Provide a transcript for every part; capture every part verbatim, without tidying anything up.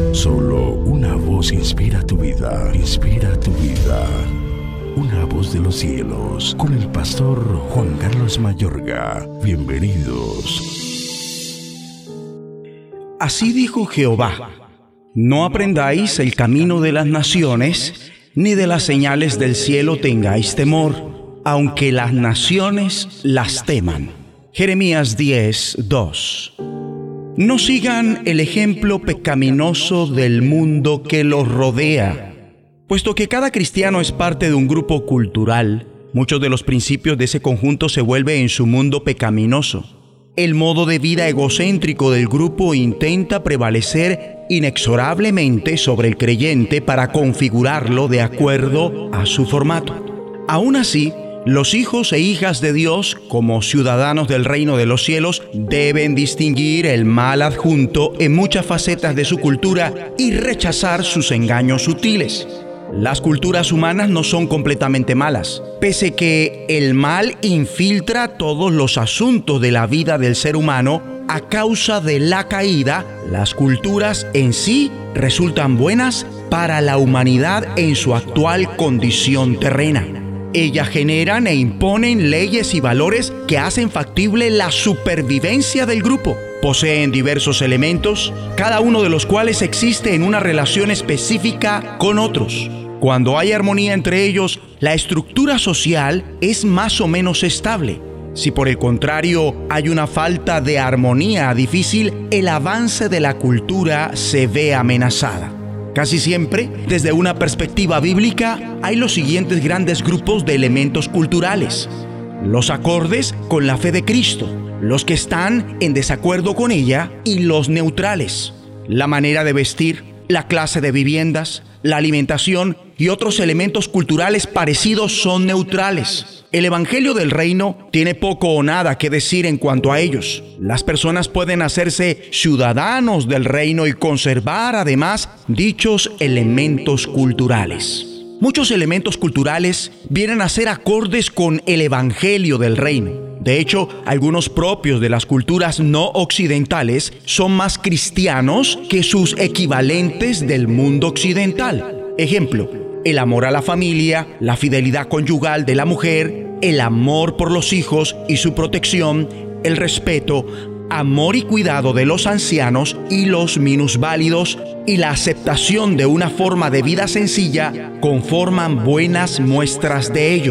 Solo una voz inspira tu vida, inspira tu vida. Una voz de los cielos, con el pastor Juan Carlos Mayorga. Bienvenidos. Así dijo Jehová: no aprendáis el camino de las naciones, ni de las señales del cielo tengáis temor, aunque las naciones las teman. Jeremías diez, dos. No sigan el ejemplo pecaminoso del mundo que los rodea. Puesto que cada cristiano es parte de un grupo cultural, muchos de los principios de ese conjunto se vuelven en su mundo pecaminoso. El modo de vida egocéntrico del grupo intenta prevalecer inexorablemente sobre el creyente para configurarlo de acuerdo a su formato. Aún así, los hijos e hijas de Dios, como ciudadanos del reino de los cielos, deben distinguir el mal adjunto en muchas facetas de su cultura y rechazar sus engaños sutiles. Las culturas humanas no son completamente malas, pese que el mal infiltra todos los asuntos de la vida del ser humano. A causa de la caída, las culturas en sí resultan buenas para la humanidad en su actual condición terrena. Ellas generan e imponen leyes y valores que hacen factible la supervivencia del grupo. Poseen diversos elementos, cada uno de los cuales existe en una relación específica con otros. Cuando hay armonía entre ellos, la estructura social es más o menos estable. Si por el contrario hay una falta de armonía difícil, el avance de la cultura se ve amenazada. Casi siempre, desde una perspectiva bíblica, hay los siguientes grandes grupos de elementos culturales: los acordes con la fe de Cristo, los que están en desacuerdo con ella y los neutrales. La manera de vestir, la clase de viviendas, la alimentación y otros elementos culturales parecidos son neutrales. El Evangelio del Reino tiene poco o nada que decir en cuanto a ellos. Las personas pueden hacerse ciudadanos del reino y conservar además dichos elementos culturales. Muchos elementos culturales vienen a ser acordes con el Evangelio del Reino. De hecho, algunos propios de las culturas no occidentales son más cristianos que sus equivalentes del mundo occidental. Ejemplo: el amor a la familia, la fidelidad conyugal de la mujer, el amor por los hijos y su protección, el respeto, amor y cuidado de los ancianos y los minusválidos, y la aceptación de una forma de vida sencilla conforman buenas muestras de ello.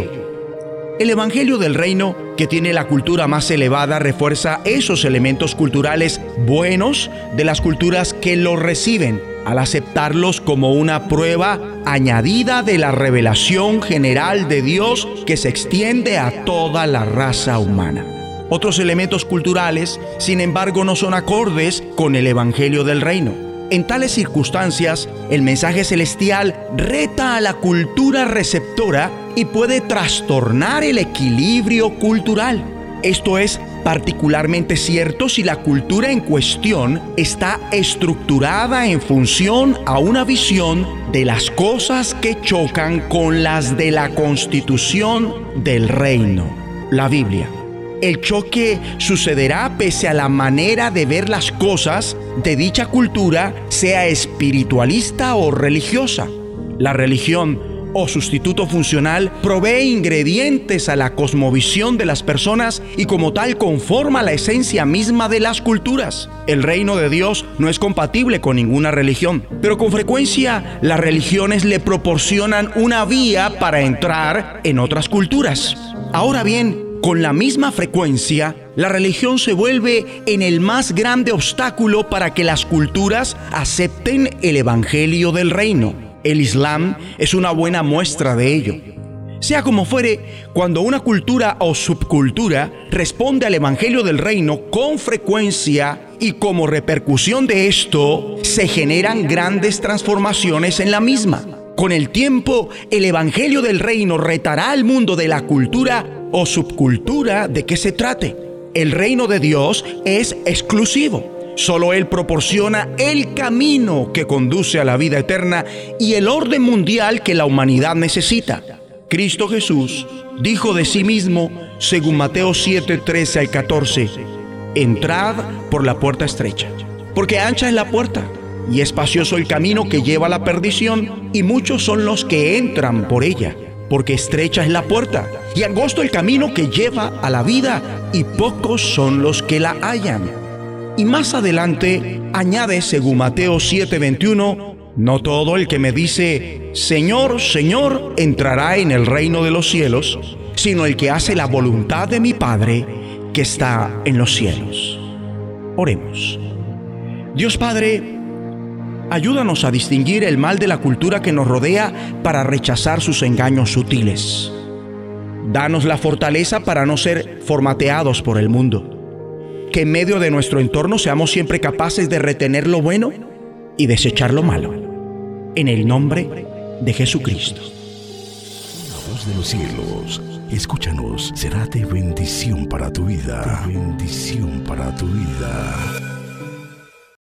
El Evangelio del Reino, que tiene la cultura más elevada, refuerza esos elementos culturales buenos de las culturas que lo reciben, al aceptarlos como una prueba añadida de la revelación general de Dios que se extiende a toda la raza humana. Otros elementos culturales, sin embargo, no son acordes con el Evangelio del Reino. En tales circunstancias, el mensaje celestial reta a la cultura receptora y puede trastornar el equilibrio cultural. Esto es particularmente cierto si la cultura en cuestión está estructurada en función a una visión de las cosas que chocan con las de la Constitución del Reino, la Biblia. El choque sucederá pese a la manera de ver las cosas de dicha cultura, sea espiritualista o religiosa. La religión o sustituto funcional provee ingredientes a la cosmovisión de las personas y como tal conforma la esencia misma de las culturas. El reino de Dios no es compatible con ninguna religión, pero con frecuencia las religiones le proporcionan una vía para entrar en otras culturas. Ahora bien, con la misma frecuencia, la religión se vuelve en el más grande obstáculo para que las culturas acepten el Evangelio del Reino. El Islam es una buena muestra de ello. Sea como fuere, cuando una cultura o subcultura responde al Evangelio del Reino con frecuencia y como repercusión de esto, se generan grandes transformaciones en la misma. Con el tiempo, el Evangelio del Reino retará al mundo de la cultura o subcultura de que se trate. El reino de Dios es exclusivo. Solo Él proporciona el camino que conduce a la vida eterna y el orden mundial que la humanidad necesita. Cristo Jesús dijo de sí mismo, según Mateo siete, trece al catorce, entrad por la puerta estrecha, porque ancha es la puerta y espacioso el camino que lleva a la perdición, y muchos son los que entran por ella. Porque estrecha es la puerta, y angosto el camino que lleva a la vida, y pocos son los que la hallan. Y más adelante añade, según Mateo siete veintiuno, no todo el que me dice, Señor, Señor, entrará en el reino de los cielos, sino el que hace la voluntad de mi Padre que está en los cielos. Oremos. Dios Padre, ayúdanos a distinguir el mal de la cultura que nos rodea para rechazar sus engaños sutiles. Danos la fortaleza para no ser formateados por el mundo. Que en medio de nuestro entorno seamos siempre capaces de retener lo bueno y desechar lo malo. En el nombre de Jesucristo. La voz de los cielos, escúchanos, será de bendición para tu vida. De bendición para tu vida.